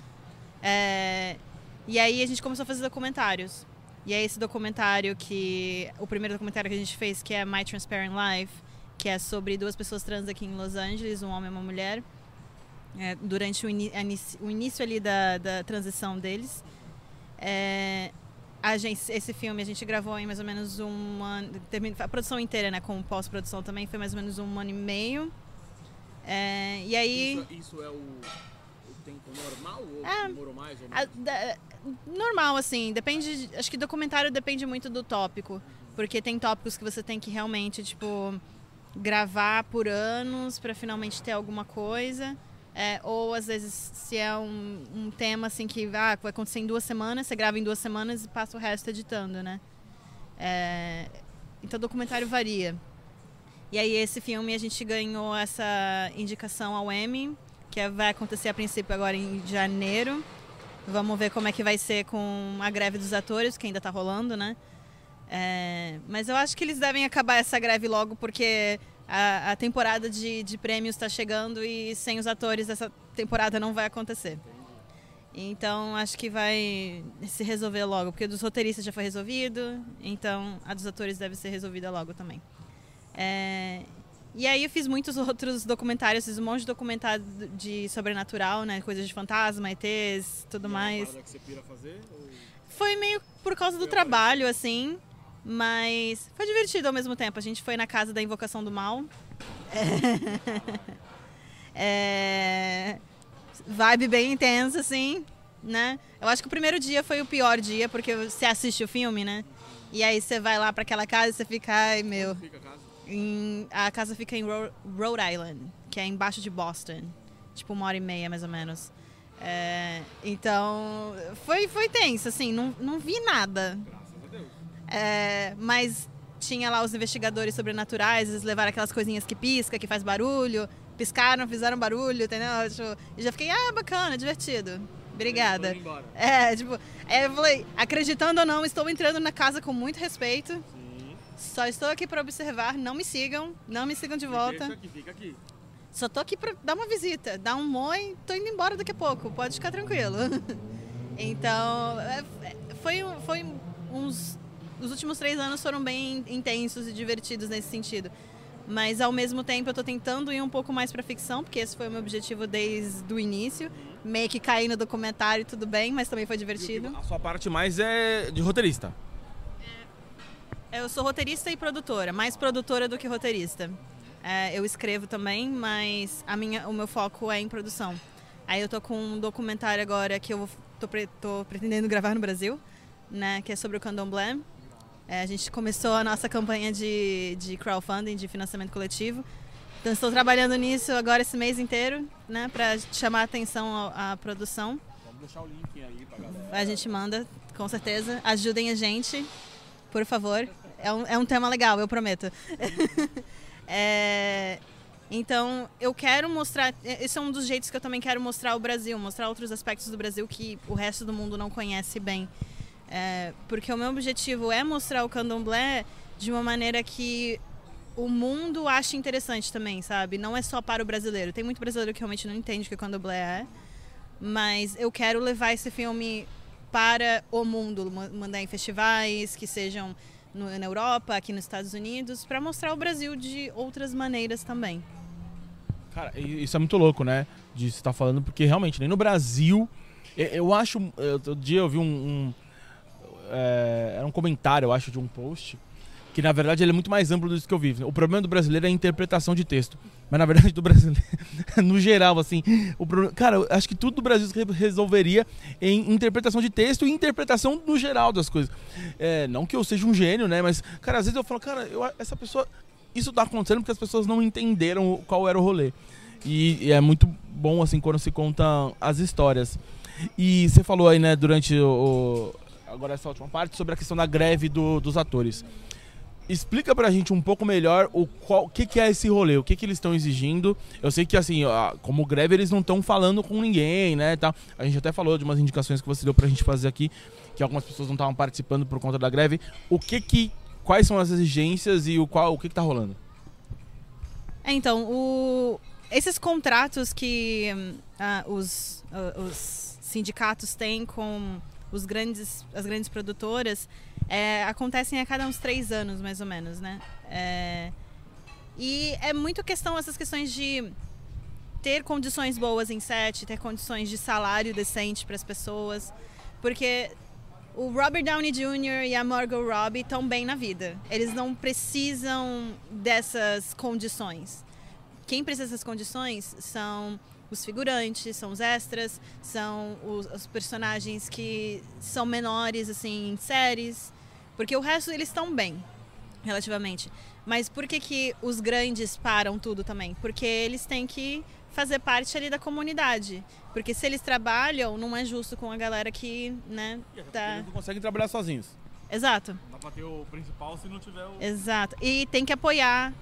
E aí a gente começou a fazer documentários. E é esse documentário o primeiro documentário que a gente fez, que é My Transparent Life, que é sobre 2 pessoas trans aqui em Los Angeles, um homem e uma mulher, durante o início ali da transição deles. Esse filme a gente gravou em mais ou menos a produção inteira, né, com pós-produção também, foi mais ou menos 1 ano e meio. E aí... Isso é o tempo normal ou demorou mais ou menos? Normal, assim, depende, acho que documentário depende muito do tópico, porque tem tópicos que você tem que realmente, tipo, gravar por anos para finalmente ter alguma coisa. Ou às vezes se é um tema assim que vai acontecer em 2 semanas, você grava em 2 semanas e passa o resto editando, né? Então o documentário varia. E aí esse filme a gente ganhou essa indicação ao Emmy, que vai acontecer a princípio agora em janeiro. Vamos ver como é que vai ser com a greve dos atores, que ainda tá rolando, né? Mas eu acho que eles devem acabar essa greve logo, porque a temporada de prêmios está chegando e sem os atores essa temporada não vai acontecer. Então acho que vai se resolver logo, porque a dos roteiristas já foi resolvido, então a dos atores deve ser resolvida logo também. E aí eu fiz muitos outros documentários, fiz um monte de documentário de sobrenatural, né, coisas de fantasma, ETs, tudo mais. Que você pira fazer, ou... Foi meio por causa do trabalho, assim. Mas foi divertido ao mesmo tempo. A gente foi na casa da Invocação do Mal. Vibe bem intensa, assim, né? Eu acho que o primeiro dia foi o pior dia, porque você assiste o filme, né? E aí você vai lá pra aquela casa e você fica, ai meu... A casa fica em Rhode Island, que é embaixo de Boston. Tipo 1h30, mais ou menos. Então, foi tenso, assim, não vi nada. Graças a Deus. Mas tinha lá os investigadores sobrenaturais, eles levaram aquelas coisinhas que pisca, que faz barulho. Piscaram, fizeram barulho, entendeu? Tipo, e já fiquei, bacana, divertido. Obrigada. Eu falei, acreditando ou não, estou entrando na casa com muito respeito. Sim. Só estou aqui para observar, não me sigam de volta. Fica aqui. Só tô aqui para dar uma visita, dar um oi, tô indo embora daqui a pouco, pode ficar tranquilo. Então, os últimos 3 anos foram bem intensos e divertidos nesse sentido. Mas, ao mesmo tempo, eu tô tentando ir um pouco mais pra ficção, porque esse foi o meu objetivo desde o início. Meio que cair no documentário, tudo bem, mas também foi divertido. A sua parte mais é de roteirista? Eu sou roteirista e produtora, mais produtora do que roteirista. Eu escrevo também, mas o meu foco é em produção. Aí eu tô com um documentário agora que eu tô pretendendo gravar no Brasil, né, que é sobre o Candomblé. A gente começou a nossa campanha de crowdfunding, de financiamento coletivo. Então estou trabalhando nisso agora esse mês inteiro, né, para chamar a atenção à produção. Vamos deixar o link aí pra galera. A gente manda, com certeza. Ajudem a gente, por favor. É um tema legal, eu prometo. Então, eu quero mostrar... Esse é um dos jeitos que eu também quero mostrar o Brasil, mostrar outros aspectos do Brasil que o resto do mundo não conhece bem. Porque o meu objetivo é mostrar o Candomblé de uma maneira que o mundo ache interessante também, sabe? Não é só para o brasileiro. Tem muito brasileiro que realmente não entende o que o Candomblé é. Mas eu quero levar esse filme para o mundo, mandar em festivais que sejam na Europa, aqui nos Estados Unidos, para mostrar o Brasil de outras maneiras também. Cara, isso é muito louco, né? De você estar falando, porque realmente, nem no Brasil... Eu acho... Outro dia eu vi era um comentário, eu acho, de um post, que na verdade ele é muito mais amplo do que eu vi. O problema do brasileiro é a interpretação de texto. Mas na verdade do brasileiro, no geral, assim, cara, eu acho que tudo do Brasil se resolveria em interpretação de texto e interpretação no geral das coisas. Não que eu seja um gênio, né? Mas, cara, às vezes eu falo, cara, essa pessoa... Isso tá acontecendo porque as pessoas não entenderam qual era o rolê. E é muito bom, assim, quando se contam as histórias. E você falou aí, né, durante agora essa última parte, sobre a questão da greve dos atores. Explica pra gente um pouco melhor o que é esse rolê, o que eles estão exigindo. Eu sei que, assim, como greve, eles não estão falando com ninguém, né, tá? A gente até falou de umas indicações que você deu pra gente fazer aqui, que algumas pessoas não estavam participando por conta da greve. Quais são as exigências e o que tá rolando? Então, esses contratos que os sindicatos têm com as grandes produtoras acontecem a cada uns 3 anos, mais ou menos, né? E é muito essas questões de ter condições boas em set, ter condições de salário decente para as pessoas, porque o Robert Downey Jr. e a Margot Robbie estão bem na vida. Eles não precisam dessas condições. Quem precisa dessas condições são os figurantes, são os extras, são os personagens que são menores, assim, em séries. Porque o resto, eles estão bem, relativamente. Mas por que os grandes param tudo também? Porque eles têm que fazer parte ali da comunidade. Porque se eles trabalham, não é justo com a galera que, né, tá... Eles não conseguem trabalhar sozinhos. Exato. Dá pra ter o principal se não tiver o... Exato. E tem que apoiar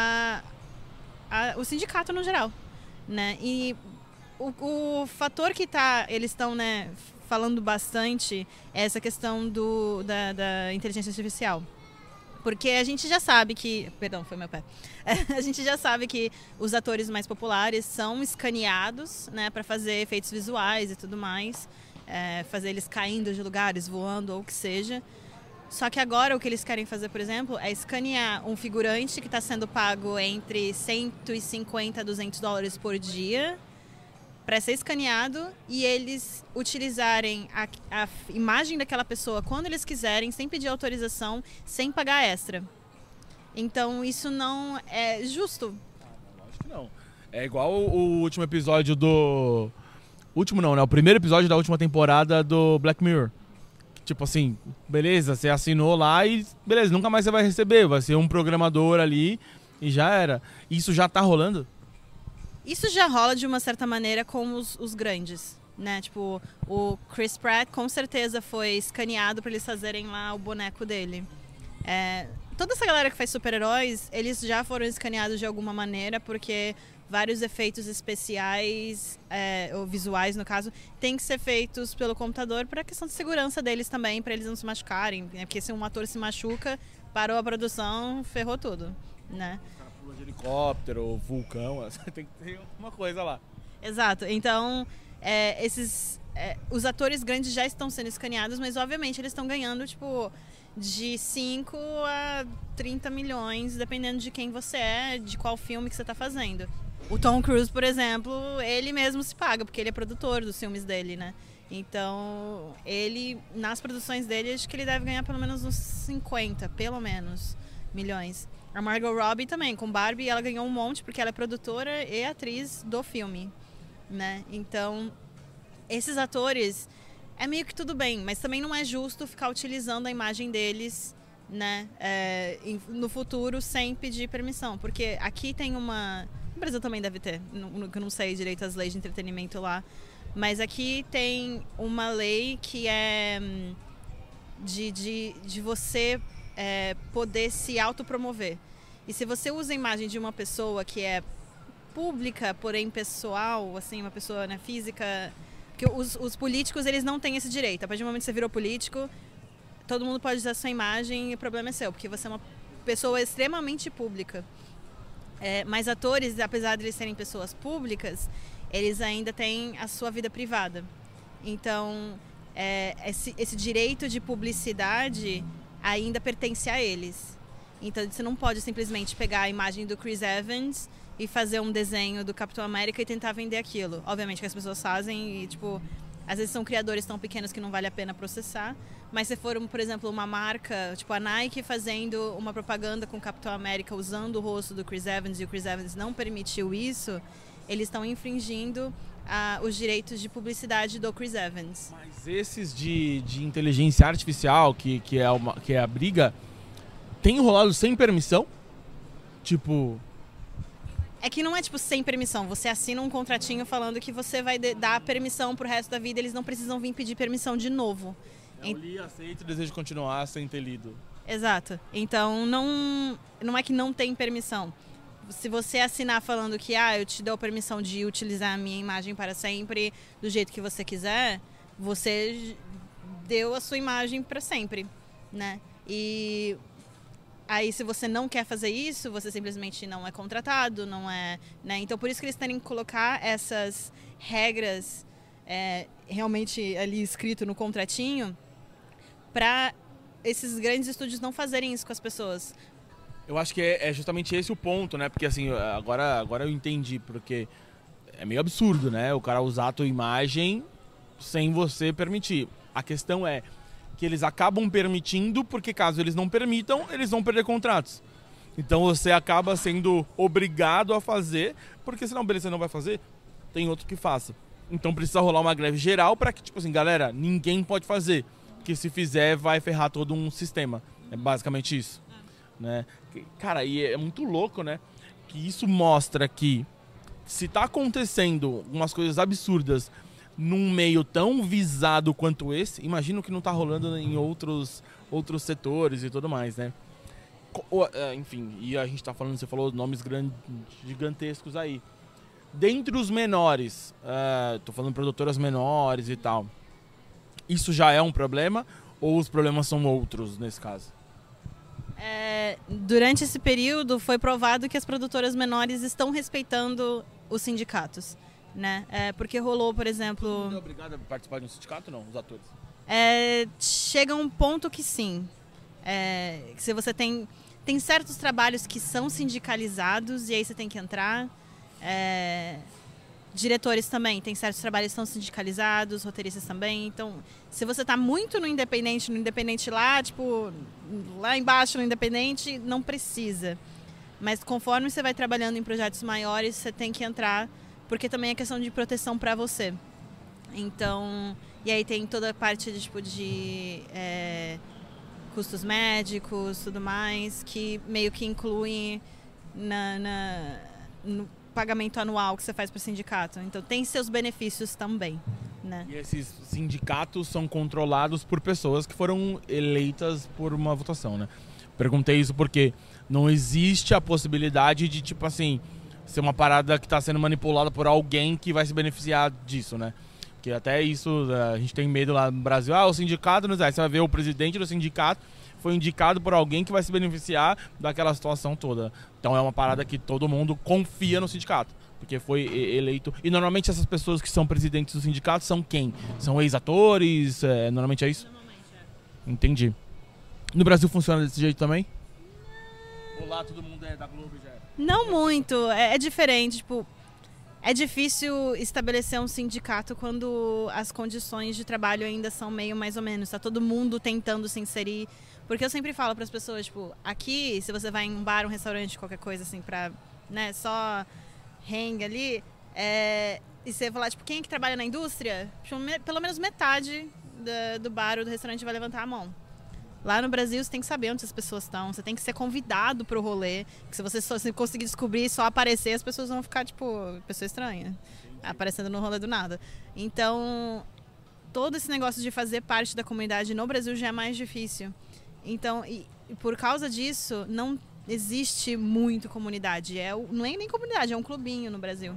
o sindicato no geral, né? E o fator que eles estão, né, falando bastante é essa questão da inteligência artificial. Porque a gente já sabe que... Perdão, foi meu pé. A gente já sabe que os atores mais populares são escaneados, né, para fazer efeitos visuais e tudo mais. Fazer eles caindo de lugares, voando ou o que seja. Só que agora o que eles querem fazer, por exemplo, é escanear um figurante que está sendo pago entre 150 a $200 por dia para ser escaneado e eles utilizarem a imagem daquela pessoa quando eles quiserem, sem pedir autorização, sem pagar extra. Então isso não é justo. Lógico que não. É igual o último episódio do... Último não, né? O primeiro episódio da última temporada do Black Mirror. Tipo assim, beleza, você assinou lá e beleza, nunca mais você vai receber. Vai ser um programador ali e já era. Isso já tá rolando? Isso já rola de uma certa maneira com os grandes, né? Tipo, o Chris Pratt com certeza foi escaneado para eles fazerem lá o boneco dele. Toda essa galera que faz super-heróis, eles já foram escaneados de alguma maneira, porque vários efeitos especiais, ou visuais no caso, têm que ser feitos pelo computador para a questão de segurança deles também, para eles não se machucarem, né? Porque se um ator se machuca, parou a produção, ferrou tudo, né? O cara pula de helicóptero ou vulcão, tem que ter alguma coisa lá. Exato, então os atores grandes já estão sendo escaneados, mas obviamente eles estão ganhando, tipo, de 5 a 30 milhões, dependendo de quem você é, de qual filme que você está fazendo. O Tom Cruise, por exemplo, ele mesmo se paga, porque ele é produtor dos filmes dele, né? Então, ele, nas produções dele, acho que ele deve ganhar pelo menos uns 50, pelo menos, milhões. A Margot Robbie também, com Barbie, ela ganhou um monte, porque ela é produtora e atriz do filme, né? Então, esses atores, é meio que tudo bem, mas também não é justo ficar utilizando a imagem deles, né, no futuro sem pedir permissão, porque aqui tem uma... No Brasil também deve ter, eu não sei direito as leis de entretenimento lá, mas aqui tem uma lei que é de você poder se autopromover. E se você usa a imagem de uma pessoa que é pública, porém pessoal, assim, uma pessoa, né, física... Porque os políticos, eles não têm esse direito. A partir do momento que você virou político, todo mundo pode usar a sua imagem e o problema é seu, porque você é uma pessoa extremamente pública. Mas atores, apesar de eles serem pessoas públicas, eles ainda têm a sua vida privada. Então, esse direito de publicidade ainda pertence a eles. Então, você não pode simplesmente pegar a imagem do Chris Evans e fazer um desenho do Capitão América e tentar vender aquilo. Obviamente que as pessoas fazem e, tipo, às vezes são criadores tão pequenos que não vale a pena processar. Mas se for, por exemplo, uma marca, tipo a Nike fazendo uma propaganda com o Capitão América usando o rosto do Chris Evans e o Chris Evans não permitiu isso, eles estão infringindo os direitos de publicidade do Chris Evans. Mas esses de inteligência artificial, que é a briga, tem rolado sem permissão? Tipo... É que não é tipo sem permissão, você assina um contratinho falando que você vai dar permissão pro resto da vida, eles não precisam vir pedir permissão de novo. Eu li, aceito e desejo continuar sem ter lido. Exato. Então não é que não tem permissão. Se você assinar falando que eu te dou permissão de utilizar a minha imagem para sempre, do jeito que você quiser, você deu a sua imagem para sempre, né? E... Aí, se você não quer fazer isso, você simplesmente não é contratado, não é... Né? Então, por isso que eles têm que colocar essas regras realmente ali escrito no contratinho para esses grandes estúdios não fazerem isso com as pessoas. Eu acho que é justamente esse o ponto, né? Porque, assim, agora eu entendi, porque é meio absurdo, né? O cara usar a tua imagem sem você permitir. A questão é que eles acabam permitindo, porque caso eles não permitam, eles vão perder contratos. Então você acaba sendo obrigado a fazer, porque senão, beleza, você não vai fazer, tem outro que faça. Então precisa rolar uma greve geral para que, tipo assim, galera, ninguém pode fazer, porque se fizer vai ferrar todo um sistema. É basicamente isso. Né? Cara, e é muito louco, né? Que isso mostra que se tá acontecendo umas coisas absurdas num meio tão visado quanto esse, imagino que não tá rolando em outros setores e tudo mais, né? Enfim, e a gente tá falando, você falou nomes gigantescos aí. Dentre os menores, tô falando produtoras menores e tal, isso já é um problema ou os problemas são outros nesse caso? Durante esse período foi provado que as produtoras menores estão respeitando os sindicatos. Né? Porque rolou, por exemplo... Você é obrigado a participar de um sindicato, não? Os atores? Chega um ponto que sim. Se você tem certos trabalhos que são sindicalizados e aí você tem que entrar. Diretores também, tem certos trabalhos que são sindicalizados, roteiristas também. Então, se você está muito no independente lá, tipo, lá embaixo no independente, não precisa. Mas conforme você vai trabalhando em projetos maiores, você tem que entrar, porque também é questão de proteção para você. Então, e aí tem toda a parte de, tipo, de custos médicos, tudo mais, que meio que incluem no pagamento anual que você faz para o sindicato. Então tem seus benefícios também, né? E esses sindicatos são controlados por pessoas que foram eleitas por uma votação, né? Perguntei isso porque não existe a possibilidade de, tipo assim, ser uma parada que está sendo manipulada por alguém que vai se beneficiar disso, né? Porque até isso a gente tem medo lá no Brasil. O sindicato, não sei, você vai ver o presidente do sindicato foi indicado por alguém que vai se beneficiar daquela situação toda. Então é uma parada que todo mundo confia no sindicato, porque foi eleito. E normalmente essas pessoas que são presidentes do sindicato são quem? São ex-atores? Normalmente é isso? Normalmente Entendi. No Brasil funciona desse jeito também? Ou lá todo mundo é da Globo já? Não muito, é diferente, tipo, é difícil estabelecer um sindicato quando as condições de trabalho ainda são meio mais ou menos, tá todo mundo tentando se inserir, porque eu sempre falo para as pessoas, tipo, aqui, se você vai em um bar, um restaurante, qualquer coisa assim, pra, né, só hang ali, e você falar, tipo, quem é que trabalha na indústria? Tipo, pelo menos metade do bar ou do restaurante vai levantar a mão. Lá no Brasil, você tem que saber onde as pessoas estão, você tem que ser convidado pro rolê, que se você só conseguir descobrir e só aparecer, as pessoas vão ficar, tipo, pessoa estranha, aparecendo no rolê do nada. Então, todo esse negócio de fazer parte da comunidade no Brasil já é mais difícil. Então, e por causa disso, não existe muito comunidade. Não é nem comunidade, é um clubinho no Brasil.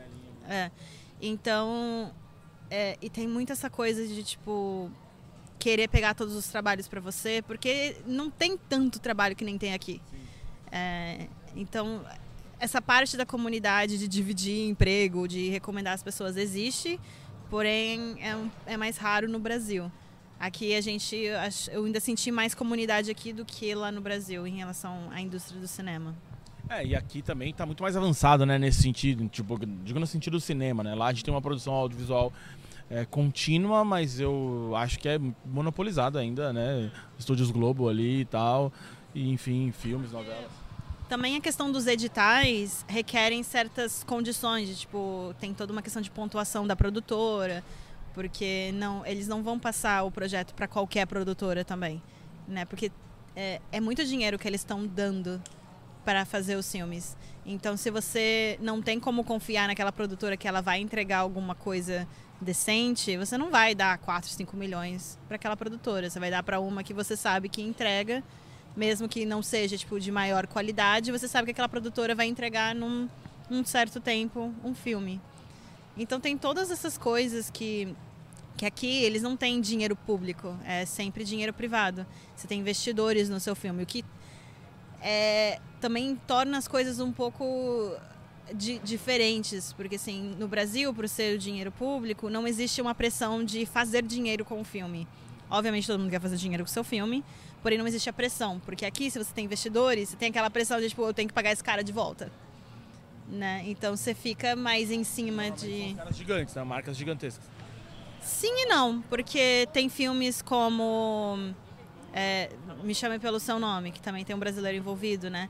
Então, e tem muito essa coisa de, tipo, querer pegar todos os trabalhos para você, porque não tem tanto trabalho que nem tem aqui. Então, essa parte da comunidade de dividir emprego, de recomendar as pessoas existe, porém é mais raro no Brasil. Aqui eu ainda senti mais comunidade aqui do que lá no Brasil em relação à indústria do cinema. E aqui também está muito mais avançado, né, nesse sentido, tipo, digo no sentido do cinema, né? Lá a gente tem uma produção audiovisual contínua, mas eu acho que é monopolizado ainda, né? Estúdios Globo ali e tal, e, enfim, filmes, novelas. Também a questão dos editais requerem certas condições, de, tipo, tem toda uma questão de pontuação da produtora, porque eles não vão passar o projeto para qualquer produtora também, né? Porque é muito dinheiro que eles estão dando para fazer os filmes. Então, se você não tem como confiar naquela produtora que ela vai entregar alguma coisa decente, você não vai dar 4, 5 milhões para aquela produtora. Você vai dar para uma que você sabe que entrega, mesmo que não seja, tipo, de maior qualidade, você sabe que aquela produtora vai entregar num certo tempo um filme. Então tem todas essas coisas que aqui eles não têm dinheiro público, é sempre dinheiro privado. Você tem investidores no seu filme, o que também torna as coisas um pouco diferentes, porque assim, no Brasil, por ser o dinheiro público, não existe uma pressão de fazer dinheiro com o filme. Obviamente todo mundo quer fazer dinheiro com o seu filme, porém não existe a pressão, porque aqui se você tem investidores, você tem aquela pressão de, tipo, eu tenho que pagar esse cara de volta. Né? Então você fica mais em cima de... São caras gigantes, né? Marcas gigantescas. Sim e não, porque tem filmes como Me Chame Pelo Seu Nome, que também tem um brasileiro envolvido, né?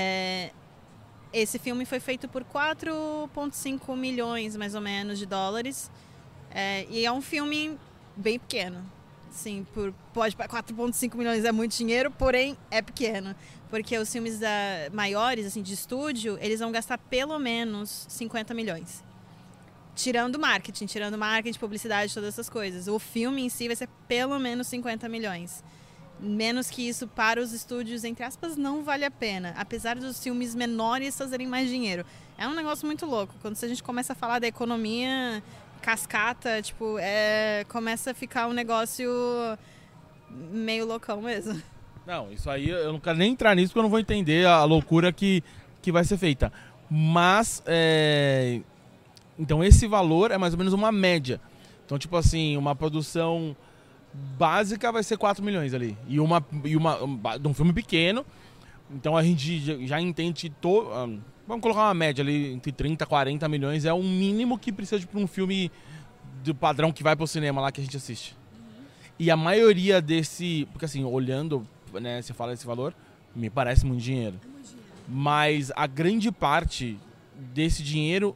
Esse filme foi feito por 4,5 milhões, mais ou menos, de dólares. E é um filme bem pequeno. Sim, 4,5 milhões é muito dinheiro, porém é pequeno. Porque os filmes maiores, assim, de estúdio, eles vão gastar pelo menos 50 milhões. Tirando marketing, publicidade, todas essas coisas. O filme em si vai ser pelo menos 50 milhões. Menos que isso para os estúdios, entre aspas, não vale a pena. Apesar dos filmes menores fazerem mais dinheiro. É um negócio muito louco. Quando a gente começa a falar da economia cascata, tipo, começa a ficar um negócio meio loucão mesmo. Não, isso aí eu não quero nem entrar nisso porque eu não vou entender a loucura que vai ser feita. Mas, então esse valor é mais ou menos uma média. Então, tipo assim, uma produção básica vai ser 4 milhões ali. E de um filme pequeno, então a gente já entende, vamos colocar uma média ali, entre 30 e 40 milhões é o mínimo que precisa de um filme do padrão que vai pro cinema lá que a gente assiste. E a maioria porque assim, olhando, né, você fala esse valor, me parece muito dinheiro. mas a grande parte desse dinheiro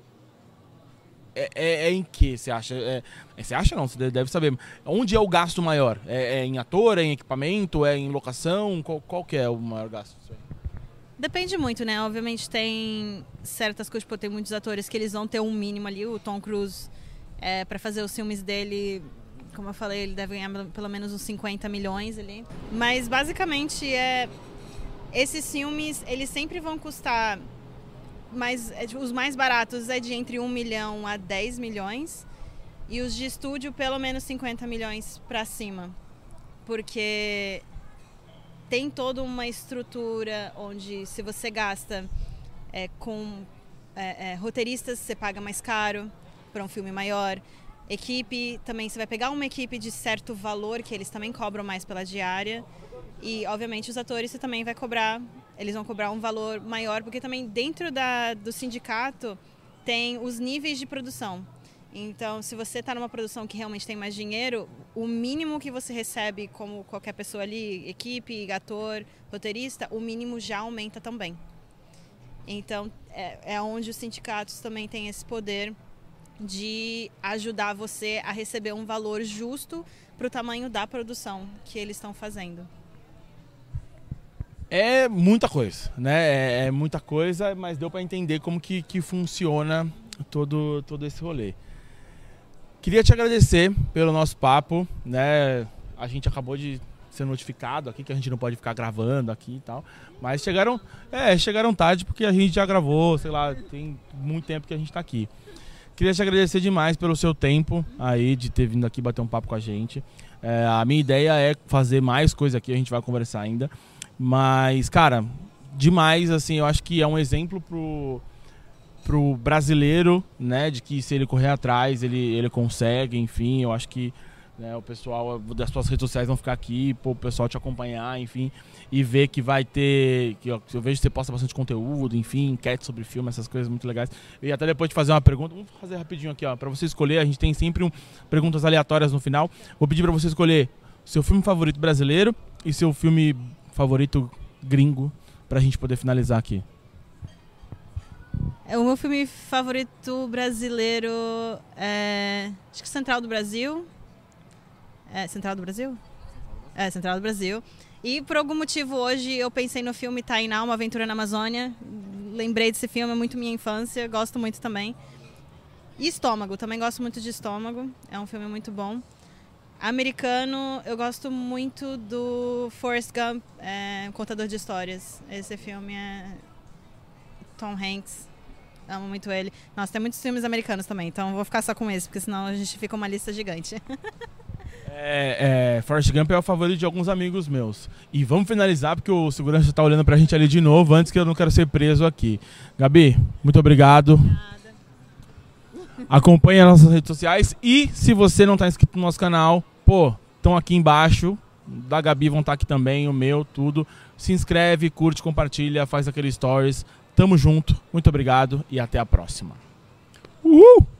é em que você acha? Você acha não, você deve saber. Onde é o gasto maior? É em ator, é em equipamento, é em locação? Qual que é o maior gasto? Depende muito, né? Obviamente tem certas coisas, tipo, tem muitos atores que eles vão ter um mínimo ali. O Tom Cruise, para fazer os filmes dele, como eu falei, ele deve ganhar pelo menos uns 50 milhões ali. Mas basicamente esses filmes, eles sempre vão custar, mas os mais baratos é de entre 1 milhão a 10 milhões e os de estúdio pelo menos 50 milhões para cima. Porque tem toda uma estrutura onde, se você gasta com roteiristas, você paga mais caro para um filme maior. Equipe, também você vai pegar uma equipe de certo valor, que eles também cobram mais pela diária. E, obviamente, os atores você também vai cobrar, eles vão cobrar um valor maior, porque também dentro do sindicato tem os níveis de produção. Então, se você está numa produção que realmente tem mais dinheiro, o mínimo que você recebe, como qualquer pessoa ali, equipe, ator, roteirista, o mínimo já aumenta também. Então, é onde os sindicatos também têm esse poder de ajudar você a receber um valor justo para o tamanho da produção que eles estão fazendo. É muita coisa, né? É muita coisa, mas deu para entender como que funciona todo esse rolê. Queria te agradecer pelo nosso papo, né? A gente acabou de ser notificado aqui que a gente não pode ficar gravando aqui e tal, mas chegaram tarde porque a gente já gravou, sei lá, tem muito tempo que a gente está aqui. Queria te agradecer demais pelo seu tempo aí, de ter vindo aqui bater um papo com a gente. A minha ideia é fazer mais coisa aqui, a gente vai conversar ainda. Mas, cara, demais, assim, eu acho que é um exemplo pro brasileiro, né, de que se ele correr atrás, ele consegue, enfim. Eu acho que, né, o pessoal das suas redes sociais vão ficar aqui, o pessoal te acompanhar, enfim, e ver que vai ter, que eu vejo que você posta bastante conteúdo, enfim, enquete sobre filme, essas coisas muito legais. E até depois de fazer uma pergunta, vamos fazer rapidinho aqui, ó, pra você escolher, a gente tem sempre perguntas aleatórias no final. Vou pedir pra você escolher seu filme favorito brasileiro e seu filme favorito gringo, pra gente poder finalizar aqui. O meu filme favorito brasileiro acho que Central do Brasil. Central do Brasil? Central do Brasil. E por algum motivo hoje eu pensei no filme Tainá, Uma Aventura na Amazônia. Lembrei desse filme, é muito minha infância, gosto muito também. E Estômago, também gosto muito de Estômago, é um filme muito bom. Americano, eu gosto muito do Forrest Gump, um contador de histórias. Esse filme é Tom Hanks, amo muito ele. Nossa, tem muitos filmes americanos também, então vou ficar só com esse, porque senão a gente fica uma lista gigante. Forrest Gump é o favorito de alguns amigos meus. E vamos finalizar, porque o segurança tá olhando pra gente ali de novo, antes que eu não quero ser preso aqui. Gabi, muito obrigado. Obrigada. Acompanhe as nossas redes sociais e se você não tá inscrito no nosso canal, estão aqui embaixo, da Gabi vão estar aqui também, o meu, tudo. Se inscreve, curte, compartilha, faz aquele stories. Tamo junto, muito obrigado e até a próxima. Uhul!